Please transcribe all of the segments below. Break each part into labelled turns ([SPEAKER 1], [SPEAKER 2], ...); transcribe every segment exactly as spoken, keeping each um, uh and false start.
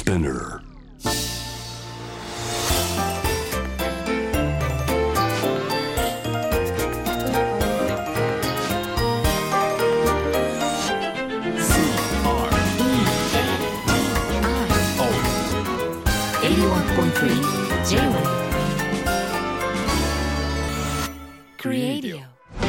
[SPEAKER 1] Spinner
[SPEAKER 2] J-ウェイ Creadio。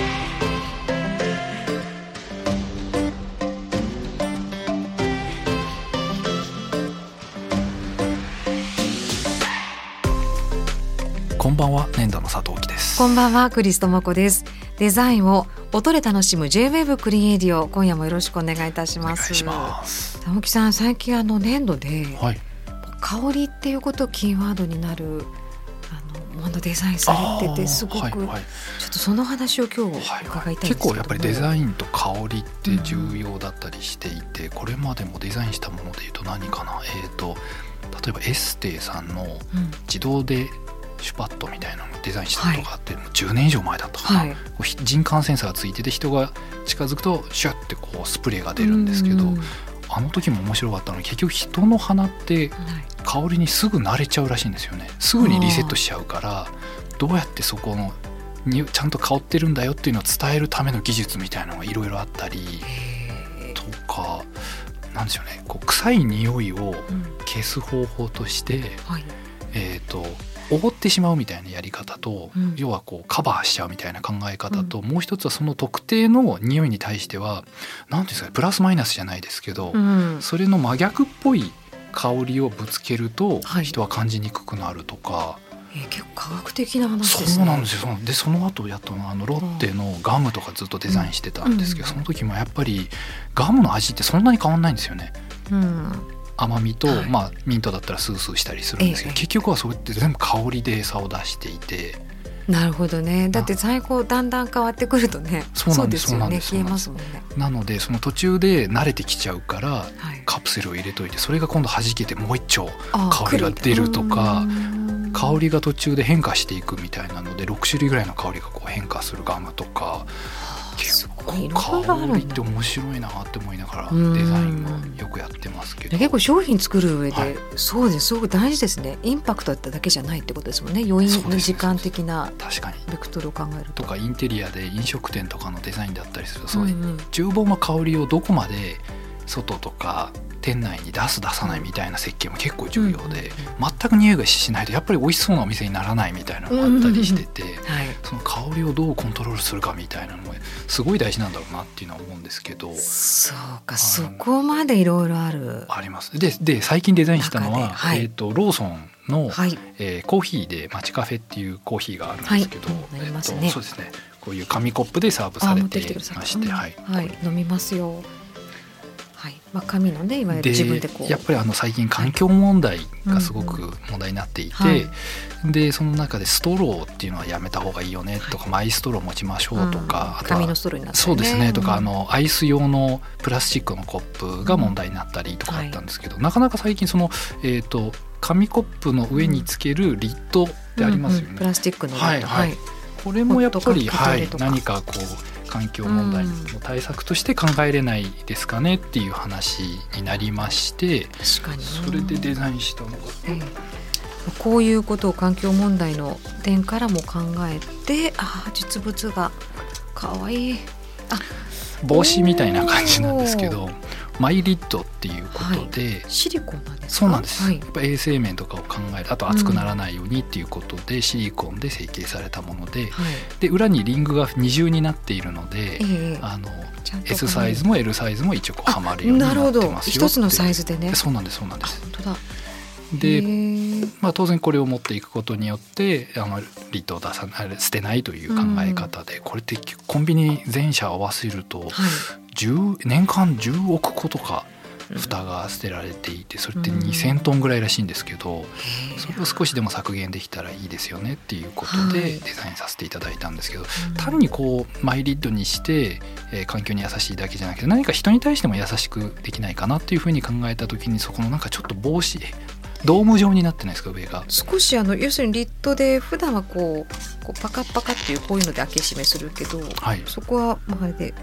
[SPEAKER 3] こんばんは、粘土の佐藤貴です。
[SPEAKER 2] こんばんは、クリストモコです。デザインを音で楽しむ J-ウェーブ クリエイディオ、今夜もよろしくお願いいたします。
[SPEAKER 3] お願いします。
[SPEAKER 2] 青木さん、最近あの粘土で、
[SPEAKER 3] はい、
[SPEAKER 2] 香りっていうことをキーワードになるあのものデザインされてて、すごく、はいはい、ちょっとその話を今日伺いたいんですけども、はいはい、
[SPEAKER 3] 結構やっぱりデザインと香りって重要だったりしていて、うん、これまでもデザインしたものでいうと何かな、えーと、例えばエステーさんの自動でシュパットみたいなのをデザインしたことがあって、はい、もうじゅうねん以上前だったかな、はい、人感センサーがついてて人が近づくとシュッてこうスプレーが出るんですけど、うん、あの時も面白かったのに、結局人の鼻って香りにすぐ慣れちゃうらしいんですよね。すぐにリセットしちゃうから、どうやってそこのにちゃんと香ってるんだよっていうのを伝えるための技術みたいなのがいろいろあったりとか、なんでしょうね、こう臭い匂いを消す方法として、うん、はい、えーと覆ってしまうみたいなやり方と、うん、要はこうカバーしちゃうみたいな考え方と、うん、もう一つはその特定の匂いに対しては何ていうんですか、プラスマイナスじゃないですけど、うん、それの真逆っぽい香りをぶつけると人は感じにくくなるとか、はい、
[SPEAKER 2] えー、結構科学的な話ですね。
[SPEAKER 3] そうなんですよ。でその後やっとあのロッテのガムとかずっとデザインしてたんですけど、うん、その時もやっぱりガムの味ってそんなに変わんないんですよね。うん、甘みと、はい、まあ、ミントだったらスースーしたりするんですけど、ええ、結局はそれって全部香りで餌を出していて。
[SPEAKER 2] なるほどね。だって最後だんだん変わってくるとね、
[SPEAKER 3] そうなんです、
[SPEAKER 2] そうですよね、消えますもんね。
[SPEAKER 3] なのでその途中で慣れてきちゃうから、はい、カプセルを入れといて、それが今度弾けてもう一丁香りが出るとか、香りが途中で変化していくみたいなのでろく種類ぐらいの香りがこう変化するガムとか、結構香りって面白いなって思いながらデザインもよくやってますけど、
[SPEAKER 2] 結構商品作る上で、はい、そうです、すごく大事ですね。インパクトだっただけじゃないってことですもんね。余韻の時間的なベクトルを考えると、
[SPEAKER 3] とかインテリアで飲食店とかのデザインだったりすると、そういう厨房の香りをどこまで外とか店内に出す出さないみたいな設計も結構重要で、全く匂いがしないとやっぱり美味しそうなお店にならないみたいなのがあったりしてて、その香りをどうコントロールするかみたいなのもすごい大事なんだろうなっていうのは思うんですけど。
[SPEAKER 2] そうか、そこまでいろいろある
[SPEAKER 3] あります。 で, で最近デザインしたのは、はい、えー、とローソンの、はい、えー、コーヒーでマチカフェっていうコーヒーがあるんですけど、はい、えーとね、そうですね、こういう紙コップでサーブされてまして、うん、はい、
[SPEAKER 2] はい、飲みますよ。はい、まあ、紙のね、いわゆる自分でこう、
[SPEAKER 3] やっぱりあの最近環境問題がすごく問題になっていて、はい、うんうん、でその中でストローっていうのはやめた方がいいよねとか、はい、マイストロー持ちましょうとか、うん、あとは
[SPEAKER 2] 紙のストローになったりね、
[SPEAKER 3] そうですね、とか、あのアイス用のプラスチックのコップが問題になったりとかあったんですけど、うん、はい、なかなか最近その、えーと、紙コップの上につけるリッドってありますよね、うんうん、
[SPEAKER 2] プラスチックのリッド、
[SPEAKER 3] はいはい、これもやっぱり、はい、何かこう環境問題の対策として考えれないですかねっていう話になりまして、
[SPEAKER 2] 確かに
[SPEAKER 3] それでデザインしたのが、うん、
[SPEAKER 2] こういうことを環境問題の点からも考えて、あ、実物がかわいい、あ、
[SPEAKER 3] 帽子みたいな感じなんですけど、マイリッドっていうことで、はい、
[SPEAKER 2] シリコンなんですか？
[SPEAKER 3] そうなんです、はい、やっぱ衛生面とかを考える、あと熱くならないようにっていうことで、うん、シリコンで成形されたもので、はい、で裏にリングが二重になっているので、えー、あの S サイズも L サイズも一応こうはまるようになってますよって。なるほど、一
[SPEAKER 2] つのサイズでね。
[SPEAKER 3] そうなんです、そうなんです。
[SPEAKER 2] 本当だ。
[SPEAKER 3] で、まあ、当然これを持っていくことによってあのリッドを出さない捨てないという考え方で、うん、これってコンビニ全社合わせると、はい、じゅう年間じゅうおく個とか蓋が捨てられていて、それってにせんトンぐらいらしいんですけど、それを少しでも削減できたらいいですよねっていうことでデザインさせていただいたんですけど、単にこうマイリッドにして、えー、環境に優しいだけじゃなくて、何か人に対しても優しくできないかなっていうふうに考えた時に、そこのなんかちょっと帽子ドーム状になってないですか、上が
[SPEAKER 2] 少しあの要するにリッドで普段はこう、こうパカパカっていうこういうので開け閉めするけど、はい、そこはまああれで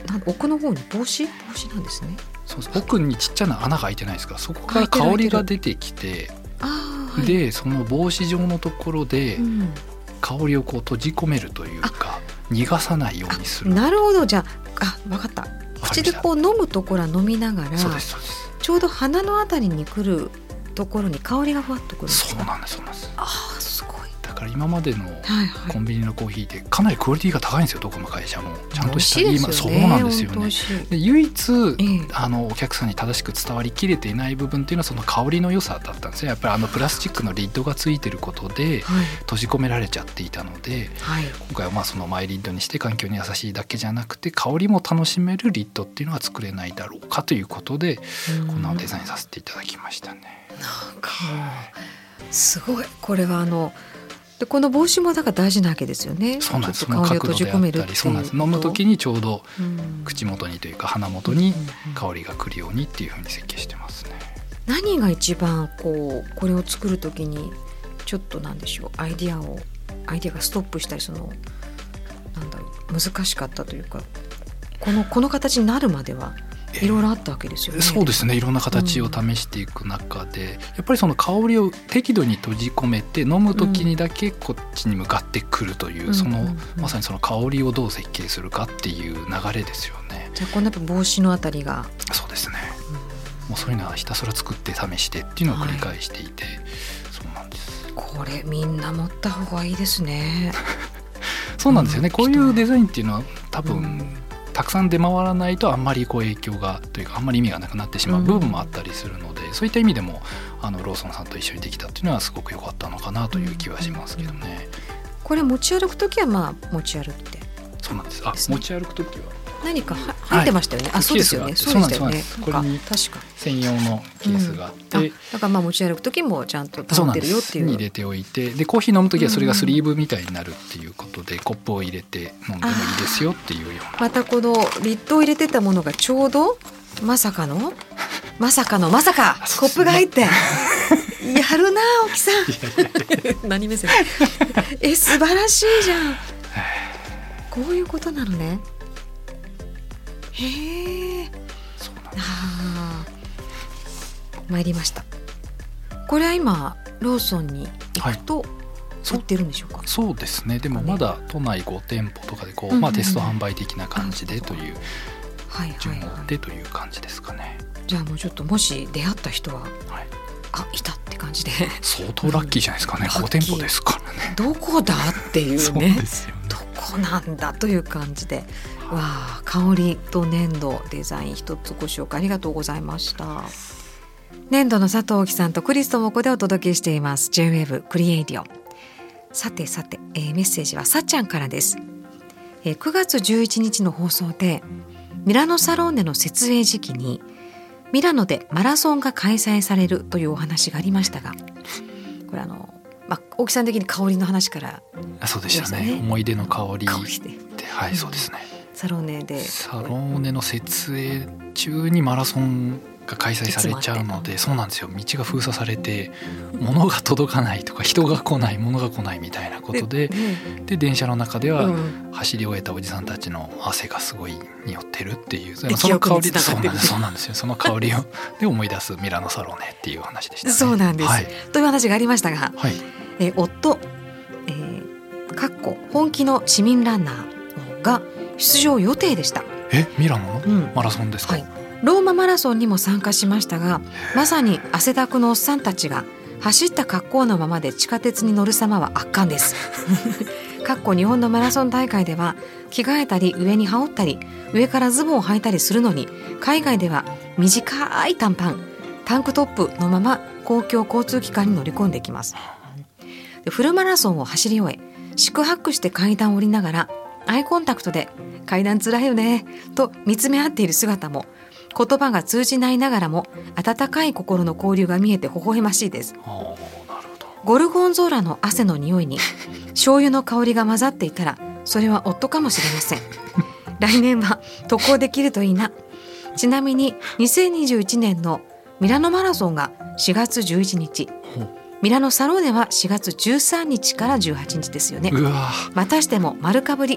[SPEAKER 2] なん奥の方に帽子帽子なんですね。
[SPEAKER 3] そうそう、奥にちっちゃな穴が開いてないですか。そこから香りが出てきて、
[SPEAKER 2] あ、はい、
[SPEAKER 3] でその帽子状のところで香りをこう閉じ込めるというか、逃がさないようにする。
[SPEAKER 2] なるほど。じゃあ、あ、分かった。口でこう飲むところは飲みながら、
[SPEAKER 3] そうですそうです、
[SPEAKER 2] ちょうど鼻のあたりに来るところに香りがふわっとくるんですか。
[SPEAKER 3] そうなんですそうなんです。
[SPEAKER 2] あ、すごい。
[SPEAKER 3] だから今までのコンビニのコーヒーってかなりクオリティが高いんですよ。どこの会社もちゃんとした
[SPEAKER 2] 美味しいですよね。
[SPEAKER 3] そうなんですよね。で唯一、
[SPEAKER 2] ええ、
[SPEAKER 3] あのお客さんに正しく伝わりきれていない部分っていうのはその香りの良さだったんですよ。やっぱりあのプラスチックのリッドがついてることで閉じ込められちゃっていたので、はい、今回はまあそのマイリッドにして環境に優しいだけじゃなくて香りも楽しめるリッドっていうのは作れないだろうかということで、こんなデザインさせていただきましたね。
[SPEAKER 2] なんかすごい。これはあのでこの帽子もだから大事なわけですよね。
[SPEAKER 3] そうなんです。その角度であったり、そうなんです。飲む時にちょうど口元にというか鼻元に香りが来るようにっていうふうに設計してますね。
[SPEAKER 2] 何が一番こうこれを作る時にちょっとなんでしょう、アイディアをアイディアがストップしたり、そのなんだろう、難しかったというか、このこの形になるまではいろいろあったわけですよね。
[SPEAKER 3] そうですね。いろんな形を試していく中で、うん、やっぱりその香りを適度に閉じ込めて飲む時にだけこっちに向かってくるという、うん、その、うんうんうん、まさにその香りをどう設計するかっていう流れですよね。
[SPEAKER 2] じゃあこのやっぱ帽子のあたりが
[SPEAKER 3] そうですね、うん、もうそういうのはひたすら作って試してっていうのを繰り返していて、はい、そうなんです。
[SPEAKER 2] これみんな持った方がいいですね。
[SPEAKER 3] そうなんですよね、うん、こういうデザインっていうのは多分、うんたくさん出回らないとあんまりこう影響がというかあんまり意味がなくなってしまう部分もあったりするので、うん、そういった意味でもあのローソンさんと一緒にできたっていうのはすごく良かったのかなという気はしますけどね。
[SPEAKER 2] これ持ち歩くときはまあ持ち歩いて。
[SPEAKER 3] そうなんです。あ、持ち歩くときは
[SPEAKER 2] 何かは入ってましたよね、はい、あ、そうですよね。そうでしたよね。
[SPEAKER 3] これに専用のケースがあって、うん、
[SPEAKER 2] だからまあ持ち歩くときもちゃんと保ってるよっていう。
[SPEAKER 3] に入れておいて、でコーヒー飲むときはそれがスリーブみたいになるっていうことで、うん、コップを入れて飲んでもいいですよっていうような。
[SPEAKER 2] またこのリッドを入れてたものがちょうどまさかのまさかのまさかコップが入ってやるな青木さん何目線え素晴らしいじゃん。こういうことなのね。へえ、
[SPEAKER 3] そうなんです。
[SPEAKER 2] あ、参りました。これは今ローソンに行くと売ってるんでしょうか。はい、
[SPEAKER 3] そ, そうですね。でもまだ都内ご店舗とかでこう、まあ、テスト販売的な感じでという順応でという感じですかね。
[SPEAKER 2] じゃあもうちょっともし出会った人は、はい、あ、いたって感じで
[SPEAKER 3] 相当ラッキーじゃないですかね。ご店舗ですからね。
[SPEAKER 2] どこだっていうね。
[SPEAKER 3] そうですよね。
[SPEAKER 2] どこなんだという感じで、わあ、香りと粘土デザイン一つご紹介ありがとうございました。粘土の佐藤貴さんとクリストモコでお届けしています ジェイウェーブ クリエイディオ。さてさて、えー、メッセージはさっちゃんからです。えー、くがつじゅういちにちの放送でミラノサローネの設営時期にミラノでマラソンが開催されるというお話がありましたが、これあの、まあ、大木さん的に香りの話から、
[SPEAKER 3] あ、そうでしたね。思い出の香りで、はい、そうですね。
[SPEAKER 2] サローネで
[SPEAKER 3] サローネの設営中にマラソンが開催されちゃうので、そうなんですよ。道が封鎖されて物が届かないとか人が来ない物が来ないみたいなことで、で、で電車の中では走り終えたおじさんたちの汗がすごい匂ってるっていう、その香り、そうなんです、そうなんですよ。その香りをで思い出すミラノサローネっていう話でしたね。
[SPEAKER 2] そうなんです、はい、という話がありましたが、
[SPEAKER 3] はい、
[SPEAKER 2] えー、夫、えー、かっこ本気の市民ランナーが出場予定でした。
[SPEAKER 3] え、ミラノの、うん、マラソンですか。はい、
[SPEAKER 2] ローママラソンにも参加しましたが、まさに汗だくのおっさんたちが走った格好のままで地下鉄に乗る様は圧巻ですかっこ日本のマラソン大会では着替えたり上に羽織ったり上からズボンを履いたりするのに、海外では短い短パンタンクトップのまま公共交通機関に乗り込んできます。でフルマラソンを走り終え四苦八苦して階段を降りながらアイコンタクトで階段つらいよねと見つめ合っている姿も、言葉が通じないながらも温かい心の交流が見えて微笑ましいです。
[SPEAKER 3] なるほど。
[SPEAKER 2] ゴルゴンゾーラの汗の匂いに醤油の香りが混ざっていたらそれは夫かもしれません来年は渡航できるといいな。ちなみににせんにじゅういちねんのミラノマラソンがしがつじゅういちにち、ミラノサローネはしがつじゅうさんにちからじゅうはちにちですよね。
[SPEAKER 3] うわ、
[SPEAKER 2] またしても丸かぶり。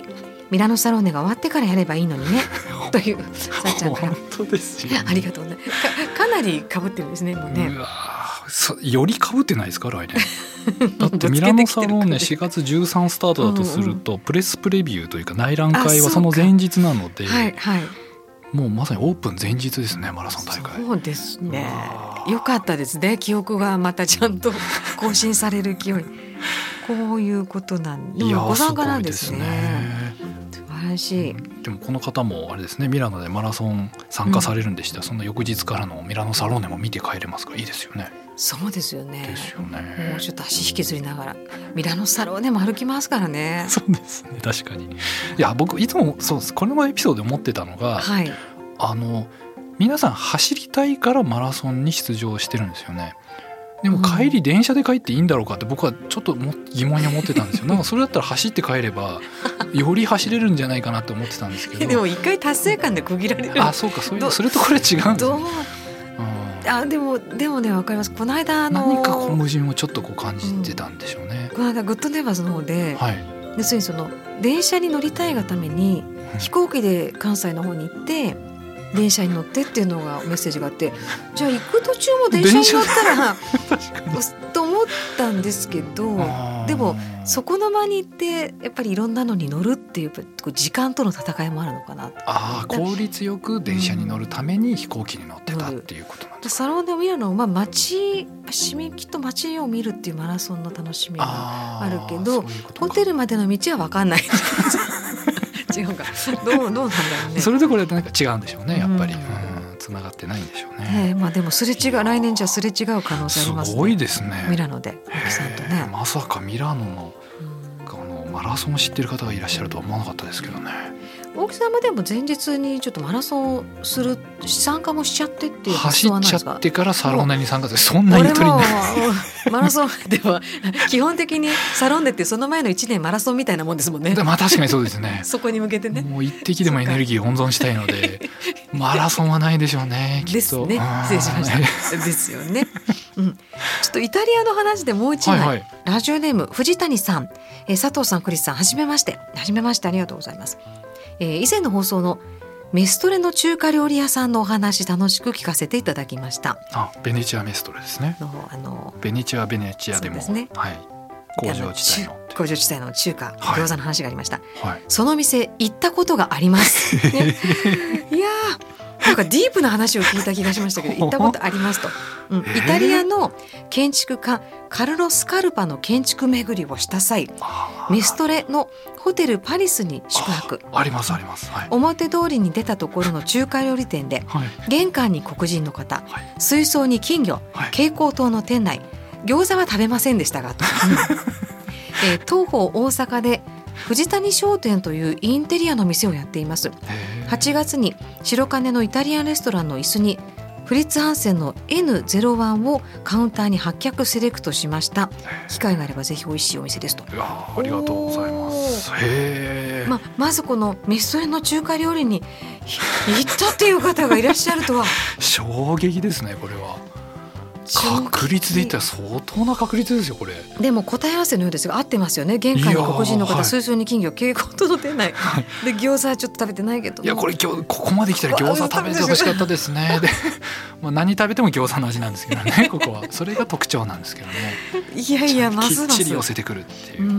[SPEAKER 2] ミラノサローネが終わってからやればいいのにねというさっちゃんから
[SPEAKER 3] 本当ですよ、ね、
[SPEAKER 2] ありがとうね か, かなり被ってるんですねもうね。
[SPEAKER 3] うわそより被ってないですか来年だってミラノサローネしがつじゅうさんスタートだとすると、うんうん、プレスプレビューというか内覧会はその前日なので、
[SPEAKER 2] はいはい、
[SPEAKER 3] もうまさにオープン前日ですねマラソン大会。
[SPEAKER 2] そうですねよかったですね記憶がまたちゃんと更新される勢いこういうことなんでもご参加なんですね。素晴らしい。
[SPEAKER 3] でもこの方もあれですねミラノでマラソン参加されるんでしたら、うん、その翌日からのミラノサローネも見て帰れますからいいですよね。
[SPEAKER 2] そうですよね。
[SPEAKER 3] ですよね。
[SPEAKER 2] もうちょっと足引きずりながらミラノサローネも歩きますからね。
[SPEAKER 3] そうですね確かに。いや僕いつもそうですこのエピソードで思ってたのが、はい、あの皆さん走りたいからマラソンに出場してるんですよね。でも帰り電車で帰っていいんだろうかって僕はちょっとも疑問に思ってたんですよ。なんかそれだったら走って帰ればより走れるんじゃないかなって思ってたんですけど
[SPEAKER 2] でも一回達成感で区切られる。
[SPEAKER 3] あそうかそういうそれとこれ違うんですね。
[SPEAKER 2] どうあでもでもね分かります。この間の
[SPEAKER 3] 何かこう矛盾をちょっとこう感じてたんでしょうね、
[SPEAKER 2] うん、この間グッドネイバーズの方で、はい、要するにその電車に乗りたいがために飛行機で関西の方に行って電車に乗ってっていうのがメッセージがあってじゃあ行く途中も電車に乗ったらと思ったんですけどでもそこの場に行ってやっぱりいろんなのに乗るっていう時間との戦いもあるのかな。
[SPEAKER 3] ああ効率よく電車に乗るために飛行機に乗ってたっていうことなんですか。
[SPEAKER 2] サロンで見るのは、まあ、街締め切っと街を見るっていうマラソンの楽しみがあるけどホテルまでの道は分かんない違うかどう、どうなんだろうね。
[SPEAKER 3] それでこれなんか違うんでしょうねやっぱり、うん、つながってないんでしょうね、
[SPEAKER 2] えーまあ、でもすれ違う来年じゃすれ違う可能性ありますね。
[SPEAKER 3] すごいですね
[SPEAKER 2] ミラノで大木さんとね。
[SPEAKER 3] まさかミラノの、あのマラソンを知ってる方がいらっしゃるとは思わなかったですけどね。
[SPEAKER 2] 大木さんもでも前日にちょっとマラソンをする参加もしちゃってっていう発想はないですか。
[SPEAKER 3] 走っちゃってからサローネに参加するそんなゆとりない
[SPEAKER 2] マラソンでは基本的にサロンネってその前のいちねんマラソンみたいなもんですもんね。
[SPEAKER 3] まあ確かにそうですね
[SPEAKER 2] そこに向けてね
[SPEAKER 3] もう一滴でもエネルギーを温存したいのでマラソンはないでしょうねきっと
[SPEAKER 2] ですね失礼しましたですよね、うん、ちょっとイタリアの話でもう一枚、はいはい、ラジオネーム藤谷さん、えー、佐藤さんクリスさんはじめましてはじめましてありがとうございます。えー、以前の放送のメストレの中華料理屋さんのお話楽しく聞かせていただきました。
[SPEAKER 3] あベネチアメストレですね。
[SPEAKER 2] のあの
[SPEAKER 3] ベネチアベネチアでも、ねはい、工場地帯の
[SPEAKER 2] 工場地帯の中華、はい、餃子の話がありました、はい、その店行ったことがあります、ね、いやなんかディープな話を聞いた気がしましたけど行ったことありますと、うん、イタリアの建築家カルロス・カルパの建築巡りをした際メストレのホテルパリスに宿泊
[SPEAKER 3] あ, ありますあります、はい、
[SPEAKER 2] 表通りに出たところの中華料理店で、はい、玄関に黒人の方、はい、水槽に金魚、はい、蛍光灯の店内餃子は食べませんでしたがと、えー、東方大阪で藤谷商店というインテリアの店をやっています。はちがつに白金のイタリアンレストランの椅子にフリッツ・ハンセンの エヌゼロワン をカウンターに発脚セレクトしました。機会があればぜひ美味しいお店ですと。
[SPEAKER 3] いやありがとうございます。へー、
[SPEAKER 2] ま、まずこのメストレの中華料理に行ったっていう方がいらっしゃるとは
[SPEAKER 3] 衝撃ですねこれは。確率で言ったら相当な確率ですよこれ。
[SPEAKER 2] でも答え合わせのようですが合ってますよね。玄関に黒人の方、水槽に金魚蛍光灯の店内、はい、で餃子はちょっと食べてないけど
[SPEAKER 3] いやこれ今日ここまで来たら餃子食べてほしかったですねで、まあ、何食べても餃子の味なんですけどねここはそれが特徴なんですけどね。い
[SPEAKER 2] やいやますます
[SPEAKER 3] きっちり寄せてくるっていう、うん、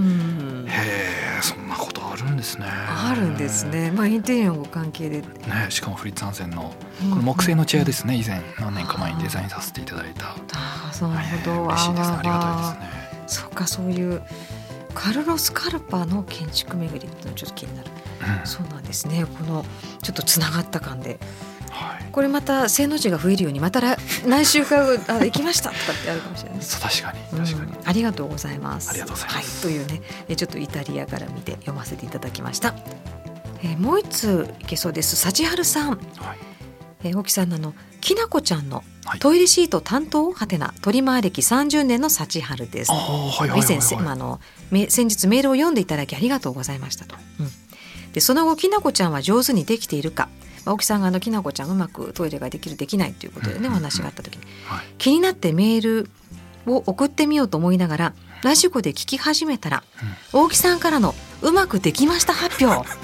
[SPEAKER 3] へえそんなことあるんですね。
[SPEAKER 2] あるんですね、まあ、インテリアのご関係で、ね、
[SPEAKER 3] しかもフリッツ・ハンセンのこの木製のチェアですね、以前何年か前にデザインさせていただいた。
[SPEAKER 2] ああそうなるほど、
[SPEAKER 3] 嬉しいですね、ありがたいですね。
[SPEAKER 2] そうかそういうカルロス・カルパの建築巡りっていうのちょっと気になる、うん、そうなんですね。このちょっとつながった感で、はい、これまた正の字が増えるようにまた何週かあ行きましたとかってあるかもしれないです。
[SPEAKER 3] 確かに確かに、
[SPEAKER 2] うん、ありがとうございます。
[SPEAKER 3] ありがとうございます、
[SPEAKER 2] はい、というねちょっとイタリアから見て読ませていただきました。えー、もう一ついけそうです。幸春さん、はい、えー、大木さんのきなこちゃんのトイレシート担当はてな取り回歴さんじゅうねんの幸春です。以前あの先日メールを読んでいただきありがとうございましたと、うん、でその後きなこちゃんは上手にできているか、大木さんがあのきなこちゃんうまくトイレができるできないということでね、お話があった時に、はい、気になってメールを送ってみようと思いながらラジコで聞き始めたら、うん、大木さんからのうまくできました発表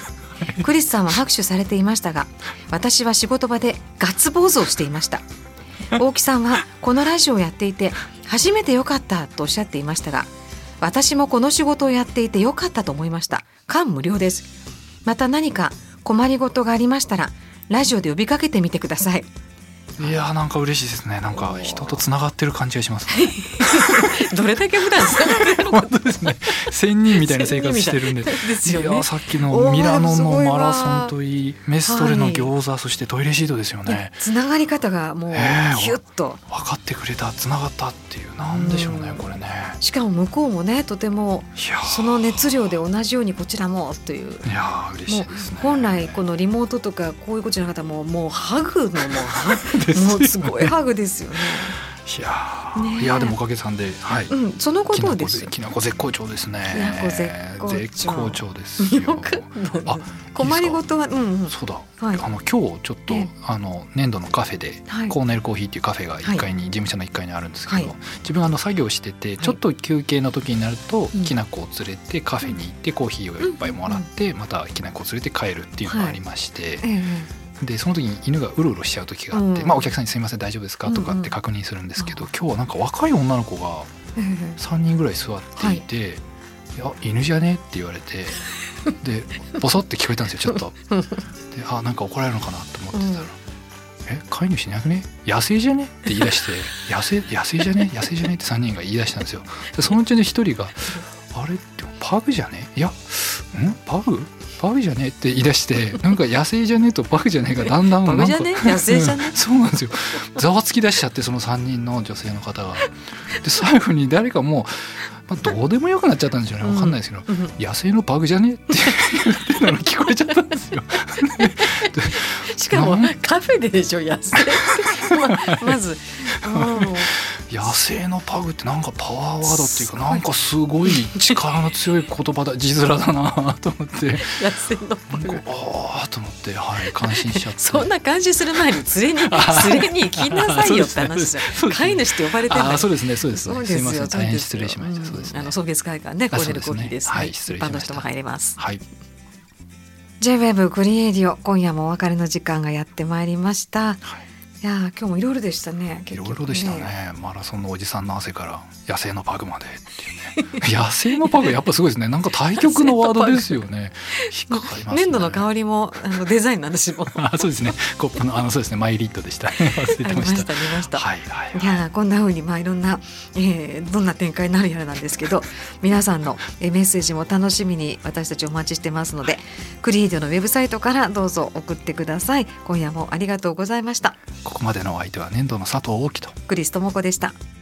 [SPEAKER 2] クリスさんは拍手されていましたが、私は仕事場でガッツポーズをしていました。大木さんはこのラジオをやっていて初めてよかったとおっしゃっていましたが、私もこの仕事をやっていてよかったと思いました。感無量です。また何か困りごとがありましたらラジオで呼びかけてみてください。
[SPEAKER 3] いやなんか嬉しいですね。なんか人とつながってる感じがします、ね、
[SPEAKER 2] どれだけ普段つながってるのか
[SPEAKER 3] 本当ですね。仙人みたいな生活してるんで
[SPEAKER 2] ですよ、ね、
[SPEAKER 3] いやさっきのミラノのマラソンといいメストレの餃子、はい、そしてトイレシートですよね。
[SPEAKER 2] つながり方がもうキュッと
[SPEAKER 3] 分かってくれた、つながったっていう、なんでしょうね、うん、これね。
[SPEAKER 2] しかも向こうもねとてもその熱量で同じようにこちらもという。
[SPEAKER 3] いや嬉しいですね。
[SPEAKER 2] 本来このリモートとかこういうことじゃなかったらもう、もうハグのもうもうすごいハグですよね。
[SPEAKER 3] いや、ね、いやでもおかげさんで、はい、
[SPEAKER 2] うん、そのことです。
[SPEAKER 3] きなこ絶好調ですね。
[SPEAKER 2] きなこ絶好調、
[SPEAKER 3] 絶好調ですよ。
[SPEAKER 2] あ、困りごとは、うんうん、
[SPEAKER 3] そうだ、
[SPEAKER 2] はい、
[SPEAKER 3] あの今日ちょっとあの粘土のカフェで、はい、コーネルコーヒーっていうカフェがいっかいに、はい、事務所のいっかいにあるんですけど、はい、自分あの作業しててちょっと休憩の時になると、はい、きなこを連れてカフェに行ってコーヒーをいっぱいもらって、うん、またきなこを連れて帰るっていうのがありまして、はい、うんでその時に犬がうろうろしちゃう時があって、うんまあ、お客さんにすいません大丈夫ですかとかって確認するんですけど、うんうん、今日はなんか若い女の子がさんにんぐらい座っていて、はい、いや犬じゃねって言われてでボソって聞こえたんですよちょっとで、あなんか怒られるのかなと思ってたら、うん、え飼い主いなくね野生じゃねって言い出して野生野生じゃね野生じゃねってさんにんが言い出したんですよ。でそのうちのひとりがあれパグじゃねいやんパグパグじゃねえって言い出して、なんか野生じゃねえとパグじゃねえがだんだん
[SPEAKER 2] パグじゃねえ野生じゃねえ、
[SPEAKER 3] うん、そうなんですよ。ざわつき出しちゃってそのさんにんの女性の方がで最後に誰かもう、まあ、どうでもよくなっちゃったんですよね。分かんないですけど、うん、野生のパグじゃねえって言ってたの聞こえちゃったんですよ。
[SPEAKER 2] しかもカフェででしょ野生ま, まず
[SPEAKER 3] 野生のパグってなんかパワーワードっていうかなんかすごい力の強い言葉だ字面だなと思って
[SPEAKER 2] 野生のパグ
[SPEAKER 3] ああと思って、はい、感心しちゃって
[SPEAKER 2] そんな感心する前に連れに連れに行きなさいよって話じゃん。飼い主って呼ばれてるんだ。
[SPEAKER 3] あそうですねそうですね。
[SPEAKER 2] そうですよ。
[SPEAKER 3] すいません大変失礼しました。そうですね。
[SPEAKER 2] あの送別会館ねコーネルコーヒーです。
[SPEAKER 3] はい、失礼しました。
[SPEAKER 2] 一般の人も入れます。
[SPEAKER 3] はい。
[SPEAKER 2] ジェイウェーブ クリエイディオ、今夜もお別れの時間がやってまいりました。はい、いや今日もいろいろでしたね。
[SPEAKER 3] いろいろでしたね。マラソンのおじさんの汗から野生のパグまでっていうね。野生のパグやっぱすごいですね。なんか対極のワードですよね。引っかかりますね。
[SPEAKER 2] 粘土の香りもあのデザインなんですもん。
[SPEAKER 3] あそうですね。コップのあのそうですねマイリットでした。忘れてました。
[SPEAKER 2] ありました見ました。
[SPEAKER 3] はいはい、はい。
[SPEAKER 2] いやこんな風にまあいろんな、えー、どんな展開になるやらなんですけど、皆さんのメッセージも楽しみに私たちお待ちしてますので、クリエイディオのウェブサイトからどうぞ送ってください。今夜もありがとうございました。
[SPEAKER 3] ここまでのお相手は粘土の佐藤大樹と
[SPEAKER 2] クリス智子でした。